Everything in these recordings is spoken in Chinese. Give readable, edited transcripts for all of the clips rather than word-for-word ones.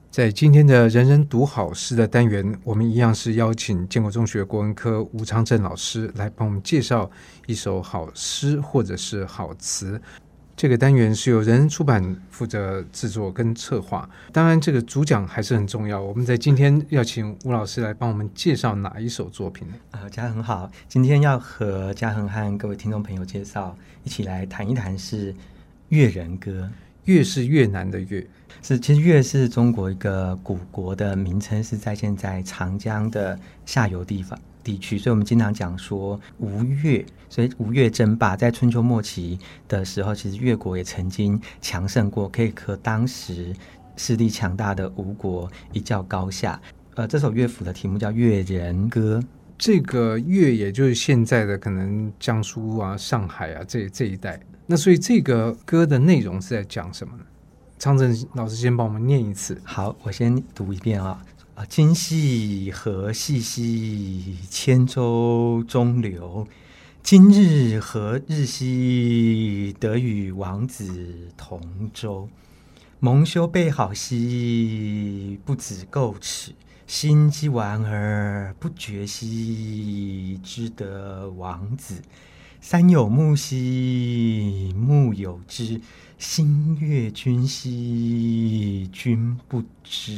在今天的人人读好诗的单元，我们一样是邀请建国中学国文科吴昌正老师来帮我们介绍一首好诗或者是好词。这个单元是由人人出版负责制作跟策划，当然这个主讲还是很重要。我们在今天要请吴老师来帮我们介绍哪一首作品呢？ 嘉恒好，今天要和嘉恒和各位听众朋友介绍，一起来谈一谈是越人歌。 越是越南的越， 其实越是中国一个古国的名称，是在现在长江的下游地区，所以我们经常讲说吴越，所以吴越争霸在春秋末期的时候，其实越国也曾经强盛过，可以和当时势力强大的吴国一较高下。这首乐府的题目叫《越人歌》。 这个越也就是现在的可能江苏啊、上海啊这一带。那所以这个歌的内容是在讲什么呢？昌正老师先帮我们念一次。 好，我先读一遍啊。今夕何夕兮，千舟中流。今日何日兮，得与王子同舟。蒙羞备好兮，不止垢齿。心机玩而不觉兮，知得王子。山有木兮，木有枝。心悦君兮，君不知。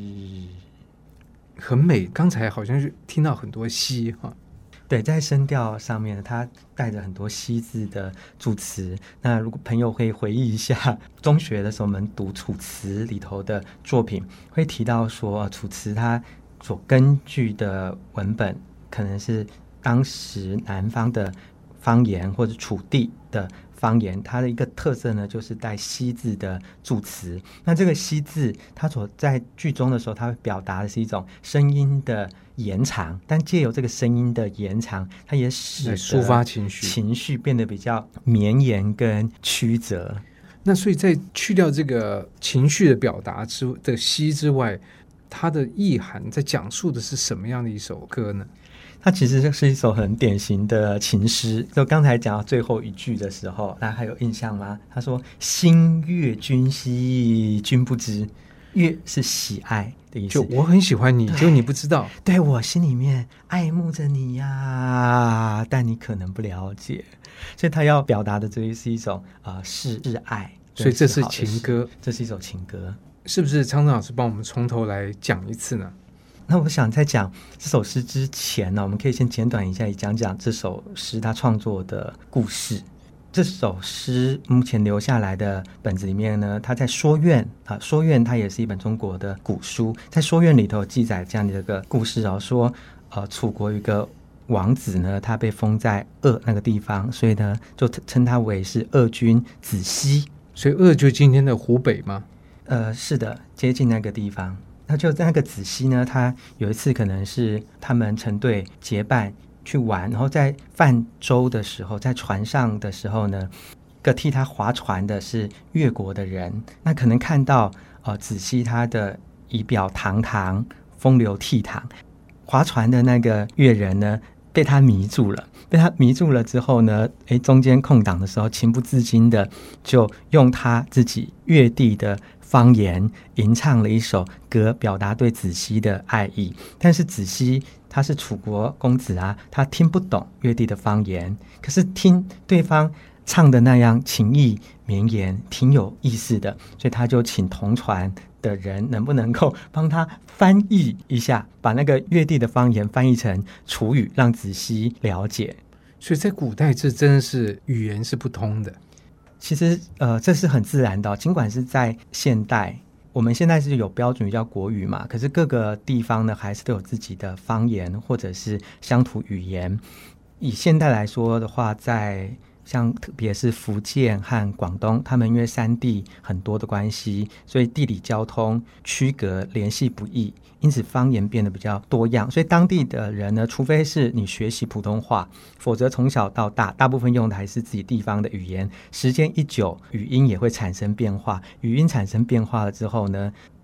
很美，刚才好像是听到很多西哈。 对，在声调上面它带着很多西字的助词。那如果朋友会回忆一下中学的时候我们读楚辞里头的作品，会提到说楚辞它所根据的文本可能是当时南方的方言或者楚地的方言，它的一个特色呢，就是带西字的助词。那这个西字，它所在句中的时候，它会表达的是一种声音的延长，但借由这个声音的延长，它也使得抒发情绪变得比较绵延跟曲折。 那所以在去掉这个情绪的表达的西之外，它的意涵在讲述的是什么样的一首歌呢？ 它其实是一首很典型的情诗。就刚才讲到最后一句的时候，大家还有印象吗？他说心悦君兮，君不知。悦是喜爱的意思， 就我很喜欢你，就你不知道。 对，我心里面爱慕着你呀，但你可能不了解。所以他要表达的这是一种示爱， 所以这是情歌， 这是一首情歌。 是不是昌正老师帮我们从头来讲一次呢？ 那我想在讲这首诗之前呢，我们可以先简短一下讲讲这首诗他创作的故事。这首诗目前留下来的本子里面呢，他在说苑说苑它也是一本中国的古书，在说苑里头记载这样的一个故事说楚国有一个王子呢，他被封在鄂那个地方，所以呢就称他为是鄂君子西。 所以鄂就今天的湖北吗？ 是的，接近那个地方。那就在那个子西呢，他有一次可能是他们成队结伴去玩，然后在泛舟的时候，在船上的时候呢，个替他划船的是越国的人，那可能看到子西他的仪表堂堂，风流倜傥，划船的那个越人呢被他迷住了之后呢，中间空档的时候情不自禁的就用他自己越地的方言吟唱了一首歌，表达对子西的爱意。但是子西他是楚国公子他听不懂越地的方言，可是听对方唱的那样情意绵延，挺有意思的，所以他就请同船的人能不能够帮他翻译一下，把那个越地的方言翻译成楚语，让子西了解。 所以在古代这真的是语言是不通的。 其实这是很自然的尽管是在现代，我们现在是有标准语叫国语嘛，可是各个地方呢还是都有自己的方言或者是乡土语言。以现代来说的话，在像特别是福建和广东，他们因为山地很多的关系，所以地理交通区隔联系不易，因此方言变得比较多样。所以当地的人呢，除非是你学习普通话，否则从小到大大部分用的还是自己地方的语言。时间一久，语音也会产生变化，语音产生变化了之后呢，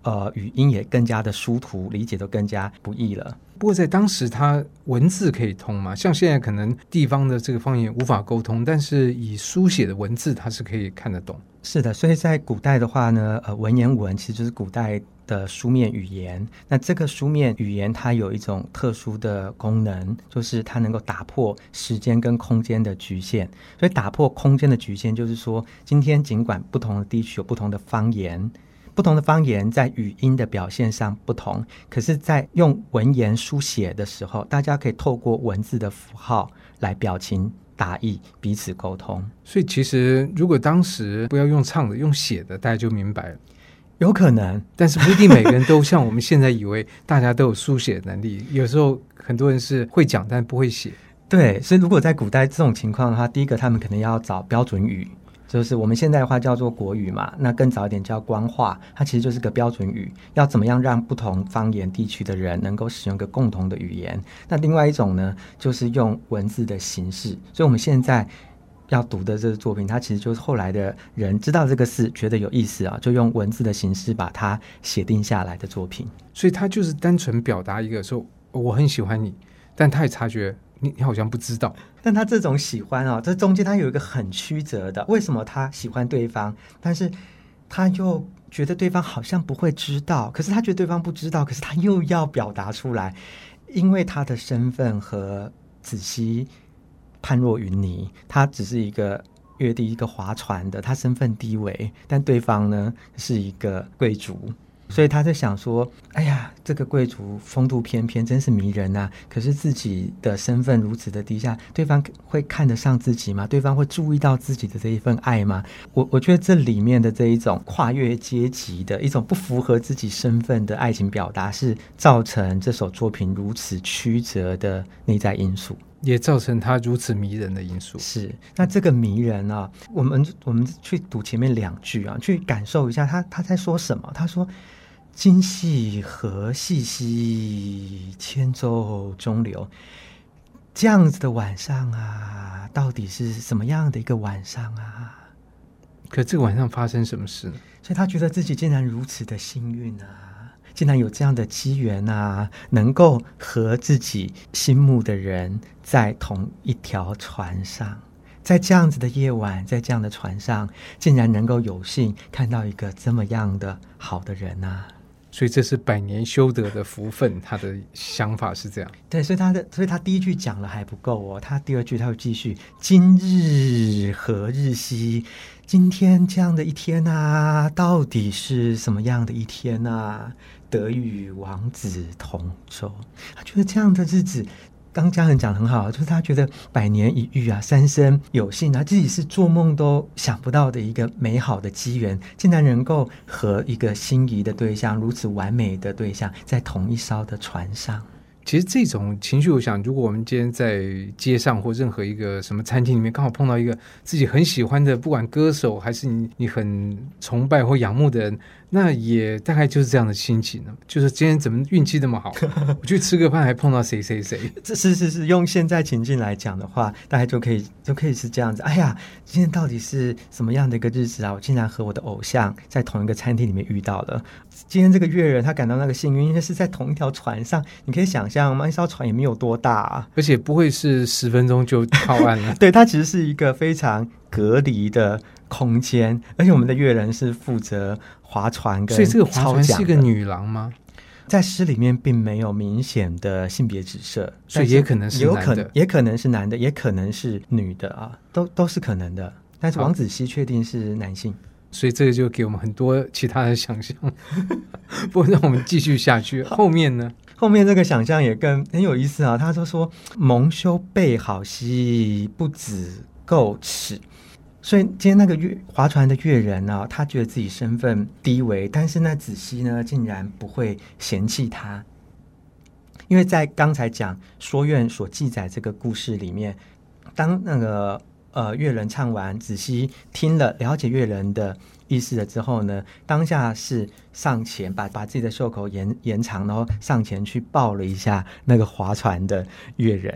语音也更加的殊途，理解都更加不易了。 不过在当时它文字可以通嘛，像现在可能地方的这个方言无法沟通，但是以书写的文字它是可以看得懂。 是的，所以在古代的话呢，文言文其实就是古代的书面语言。那这个书面语言它有一种特殊的功能，就是它能够打破时间跟空间的局限。所以打破空间的局限，就是说今天尽管不同的地区有不同的方言，不同的方言在语音的表现上不同，可是在用文言书写的时候，大家可以透过文字的符号来表情达意，彼此沟通。 所以其实如果当时不要用唱的，用写的，大家就明白了。 有可能， 但是不一定每个人都像我们现在以为大家都有书写能力，有时候很多人是会讲但不会写。 对，所以如果在古代这种情况的话，第一个他们可能要找标准语，就是我们现在的话叫做国语嘛，那更早一点叫官话，它其实就是个标准语，要怎么样让不同方言地区的人能够使用一个共同的语言。那另外一种呢，就是用文字的形式，所以我们现在要读的这个作品，它其实就是后来的人知道这个事觉得有意思啊，就用文字的形式把它写定下来的作品。 所以他就是单纯表达一个说我很喜欢你，但他也察觉你好像不知道。 但他这种喜欢这中间他有一个很曲折的，为什么他喜欢对方，但是他又觉得对方好像不会知道，可是他觉得对方不知道，可是他又要表达出来，因为他的身份和子熙判若云泥，他只是一个月地一个划船的，他身份低微，但对方呢是一个贵族，所以他在想说，哎呀，这个贵族风度翩翩，真是迷人啊！可是自己的身份如此的低下，对方会看得上自己吗？对方会注意到自己的这一份爱吗？我觉得这里面的这一种跨越阶级的一种不符合自己身份的爱情表达，是造成这首作品如此曲折的内在因素， 也造成他如此迷人的因素。 是，那这个迷人啊，我们去读前面两句啊，去感受一下他在说什么。他说：“今夕何夕兮，千舟中流。”这样子的晚上啊，到底是什么样的一个晚上啊？ 可这个晚上发生什么事呢？ 所以他觉得自己竟然如此的幸运啊，竟然有这样的机缘啊，能够和自己心目的人在同一条船上，在这样子的夜晚，在这样的船上，竟然能够有幸看到一个这么样的好的人啊。 所以这是百年修得的福分，他的想法是这样。 对，所以他第一句讲了还不够哦，他第二句他会继续：今日何日兮？今天这样的一天啊，到底是什么样的一天啊？得与王子同舟。他觉得这样的日子，刚嘉恒讲得很好，就是他觉得百年一遇啊，三生有幸啊，自己是做梦都想不到的一个美好的机缘，竟然能够和一个心仪的对象，如此完美的对象，在同一艘的船上。 其实这种情绪，我想如果我们今天在街上或任何一个什么餐厅里面刚好碰到一个自己很喜欢的，不管歌手还是你很崇拜或仰慕的人，那也大概就是这样的心情呢，就是今天怎么运气那么好我去吃个饭还碰到谁谁谁。 这是用现在情境来讲的话，大概就可以是这样子。哎呀，今天到底是什么样的一个日子啊，我竟然和我的偶像在同一个餐厅里面遇到了。今天这个乐人他感到那个幸运，因为是在同一条船上，你可以想象吗？一艘船也没有多大啊， 而且不会是10分钟就靠岸了对，它其实是一个非常隔离的空间，而且我们的乐人是负责划船跟所以这个划船是一个的女郎吗？ 在诗里面并没有明显的性别指涉， 所以也可能是男的， 也可能是男的，也可能是女的啊，都是可能的。但是王子熙确定是男性， 所以这个就给我们很多其他的想象。不过让我们继续下去，后面呢？ 后面这个想象也更很有意思啊。他就说：“蒙羞备好兮，不子垢耻。”所以今天那个划船的乐人啊，他觉得自己身份低微，但是那子熙呢，竟然不会嫌弃他，因为在刚才讲说愿所记载这个故事里面，当那个乐人唱完，子熙听了了解乐人的意思了之后呢，当下是上前把自己的袖口延长，然后上前去抱了一下那个划船的乐人。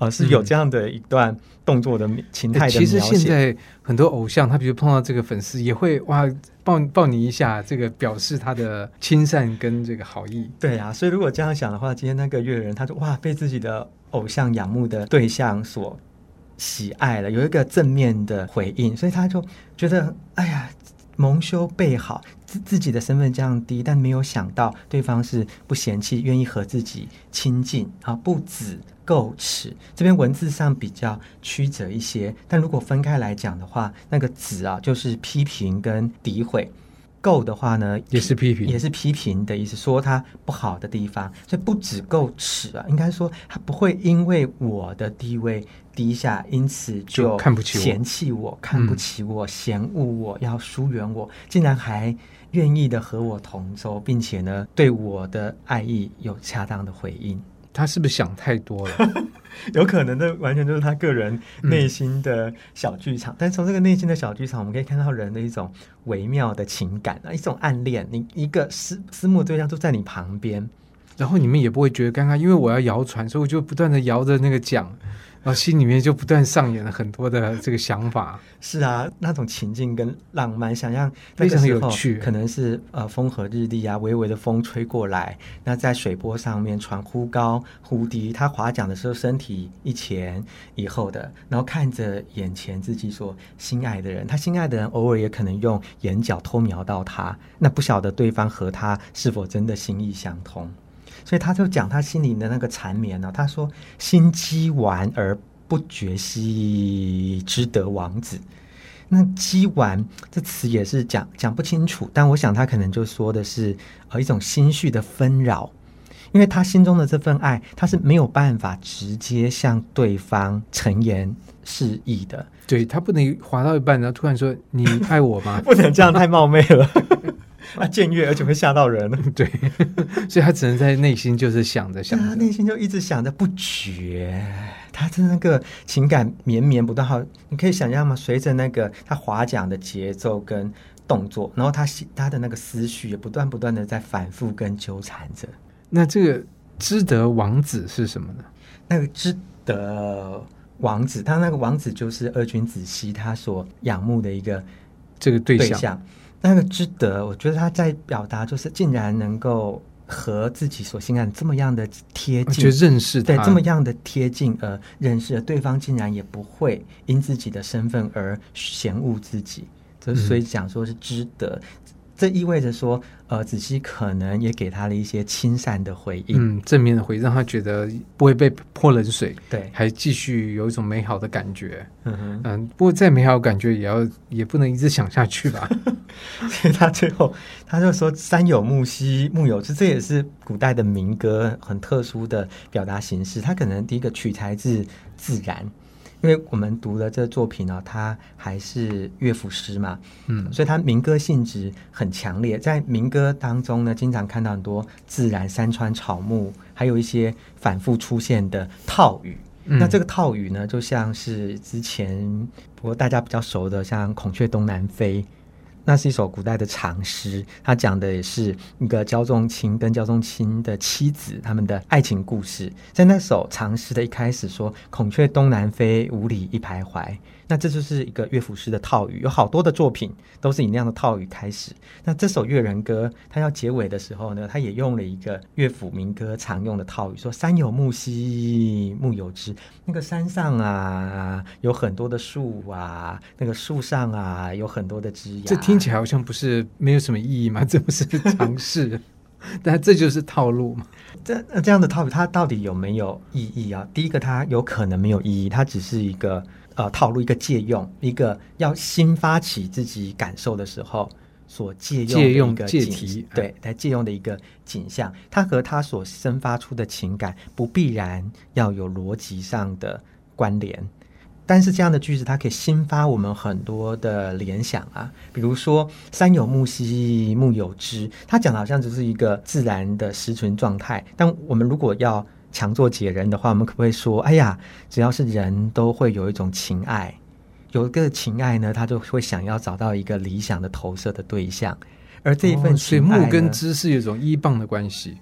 是有这样的一段动作的情态的描写。 其实现在很多偶像，他比如碰到这个粉丝，也会哇抱你一下，这个表示他的亲善跟这个好意。 对啊，所以如果这样想的话，今天那个乐人他就哇被自己的偶像仰慕的对象所喜爱了，有一个正面的回应，所以他就觉得哎呀蒙羞被好，自己的身份降低，但没有想到对方是不嫌弃，愿意和自己亲近啊，不止够耻。这边文字上比较曲折一些，但如果分开来讲的话，那个止啊就是批评跟诋毁，够的话呢也是批评， 也是批评的意思，说他不好的地方。所以不只够耻啊，应该说他不会因为我的地位低下，因此就看不起我， 嫌弃我，看不起我，嫌恶我，要疏远我，竟然还愿意的和我同舟，并且呢对我的爱意有恰当的回应。 他是不是想太多了？ 有可能的，完全就是他个人内心的小剧场。但是从这个内心的小剧场，我们可以看到人的一种微妙的情感，一种暗恋。你一个思慕对象就在你旁边， 然后你们也不会觉得尴尬，因为我要谣传，所以我就不断的摇着那个桨，然后心里面就不断上演了很多的这个想法。 是啊，那种情境跟浪漫，想象那个时候非常有趣， 可能是风和日丽啊，微微的风吹过来，那在水波上面船忽高忽低，他划桨的时候身体一前一后的，然后看着眼前自己所心爱的人，他心爱的人偶尔也可能用眼角偷瞄到他，那不晓得对方和他是否真的心意相通。所以他就讲他心里的那个缠绵啊，他说心机玩而不觉兮，知得王子。那机玩这词也是讲不清楚，但我想他可能就说的是一种心绪的纷扰，因为他心中的这份爱，他是没有办法直接向对方陈言示意的。 对，他不能滑到一半然后突然说你爱我吗？ 不能这样，太冒昧了僭越，而且会吓到人。 对，所以他只能在内心就是想着， 他内心就一直想着不绝，他的那个情感绵绵不断。好，你可以想象吗？随着那个他划桨的节奏跟动作，然后他的那个思绪也不断的在反复跟纠缠着。 那这个知得王子是什么呢？ 那个知得王子，他那个王子就是二君子兮他所仰慕的一个这个对象。 那个知得，我觉得他在表达就是竟然能够和自己所心爱的这么样的贴近， 就认识他， 对，这么样的贴近而认识了对方，竟然也不会因自己的身份而嫌恶自己，所以讲说是知得。这意味着说子熙可能也给他了一些亲善的回应， 正面的回应，让他觉得不会被泼冷水， 对， 还继续有一种美好的感觉。不过再美好的感觉也不能一直想下去吧。 所以他最后他就说山有木兮木有枝，这也是古代的民歌很特殊的表达形式。他可能第一个取材自自然，因为我们读的这作品呢，它还是乐府诗嘛，所以它民歌性质很强烈。在民歌当中呢，经常看到很多自然山川草木，还有一些反复出现的套语。那这个套语呢，就像是之前不过大家比较熟的，像《孔雀东南飞》。那是一首古代的长诗，它讲的也是一个焦仲卿跟焦仲卿的妻子他们的爱情故事。在那首长诗的一开始说孔雀东南飞，五里一徘徊，那这就是一个乐府诗的套语，有好多的作品都是以那样的套语开始。那这首乐人歌它要结尾的时候呢，它也用了一个乐府民歌常用的套语，说山有木兮木有枝，那个山上啊有很多的树啊，那个树上啊有很多的枝芽。 这听起来好像不是没有什么意义嘛，这不是常识但这就是套路嘛。 这样的套语它到底有没有意义啊？第一个，它有可能没有意义，它只是一个套路，一个借用，一个要新发起自己感受的时候所借用的一个借题， 对，来借用的一个景象，它和它所生发出的情感不必然要有逻辑上的关联。但是这样的句子它可以新发我们很多的联想啊，比如说山有木兮木有枝，它讲的好像只是一个自然的实存状态，但我们如果要强作解人的话，我们可不可以说哎呀，只要是人都会有一种情爱，有一个情爱呢，他就会想要找到一个理想的投射的对象，而这一份情爱呢， 所以木跟枝是有一种依傍的关系。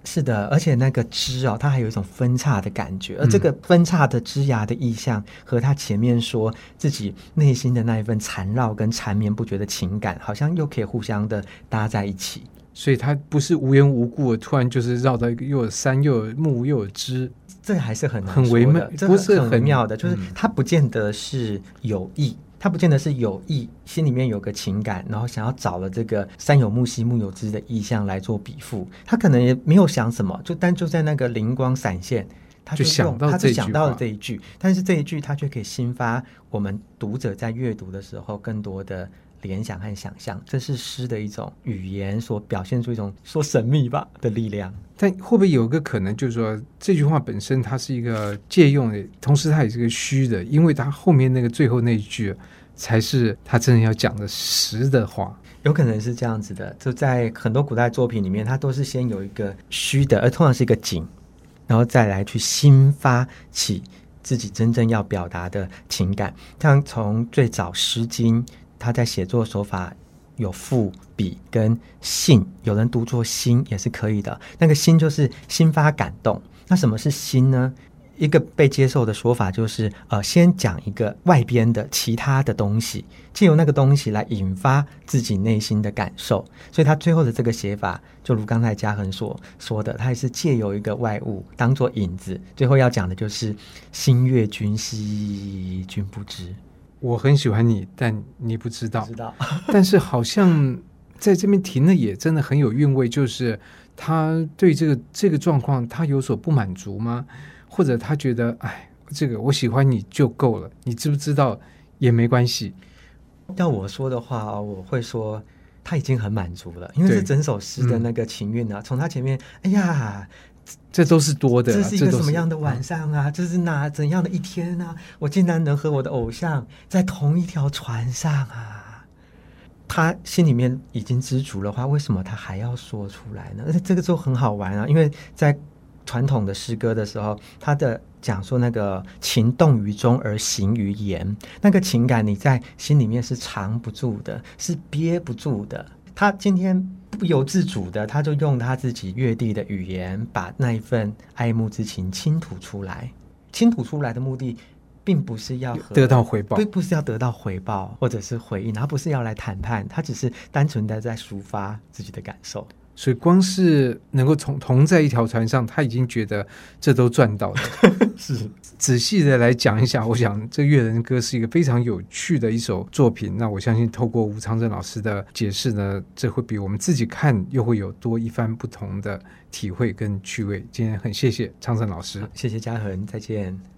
是的，而且那个枝它还有一种分叉的感觉，而这个分叉的枝芽的意象和他前面说自己内心的那一份缠绕跟缠绵不绝的情感，好像又可以互相的搭在一起。 所以它不是无缘无故的突然就是绕到一个又有山又有木又有枝， 这还是很难很微妙， 这不是很微妙的，就是它不见得是有意，他不见得是有意，心里面有个情感，然后想要找了这个山有木兮木有枝的意象来做比附，他可能也没有想什么，就在那个灵光闪现，他就想到了这一句，但是这一句他却可以兴发我们读者在阅读的时候更多的联想和想象，这是诗的一种语言所表现出一种说神秘吧的力量。 但会不会有一个可能就是说这句话本身它是一个借用的，同时它也是个虚的，因为它后面那个最后那一句才是他真的要讲的实的话。 有可能是这样子的，就在很多古代作品里面，它都是先有一个虚的，而通常是一个景，然后再来去兴发起自己真正要表达的情感。像从最早《诗经》，它在写作手法有赋、比跟兴，有人读作兴也是可以的。那个兴就是兴发感动。那什么是兴呢？一个被接受的说法就是先讲一个外边的其他的东西，借由那个东西来引发自己内心的感受。所以他最后的这个写法就如刚才嘉恒所说的，他也是借由一个外物当作引子，最后要讲的就是心悦君兮君不知， 我很喜欢你但你不知道但是好像在这边停了也真的很有韵味，就是他对这个状况他有所不满足吗？或者他觉得哎，这个我喜欢你就够了，你知不知道也没关系。 要我说的话我会说他已经很满足了，因为是整首诗的那个情韵从他前面哎呀这都是多的， 这是一个什么样的晚上啊，这是怎样的一天啊，我竟然能和我的偶像在同一条船上啊。他心里面已经知足的话，为什么他还要说出来呢？而且这个就很好玩啊，因为在传统的诗歌的时候，他的讲说那个情动于中而行于言，那个情感你在心里面是藏不住的，是憋不住的。他今天不由自主的，他就用他自己乐地的语言把那一份爱慕之情倾吐出来。倾吐出来的目的并不是要得到回报， 不是要得到回报或者是回应，他不是要来谈判，他只是单纯的在抒发自己的感受。 所以光是能够同在一条船上，他已经觉得这都赚到了是仔细的来讲一下，我想这《越人歌》是一个非常有趣的一首作品。那我相信透过吴长正老师的解释呢，这会比我们自己看又会有多一番不同的体会跟趣味。今天很谢谢长正老师， 谢谢嘉恒，再见。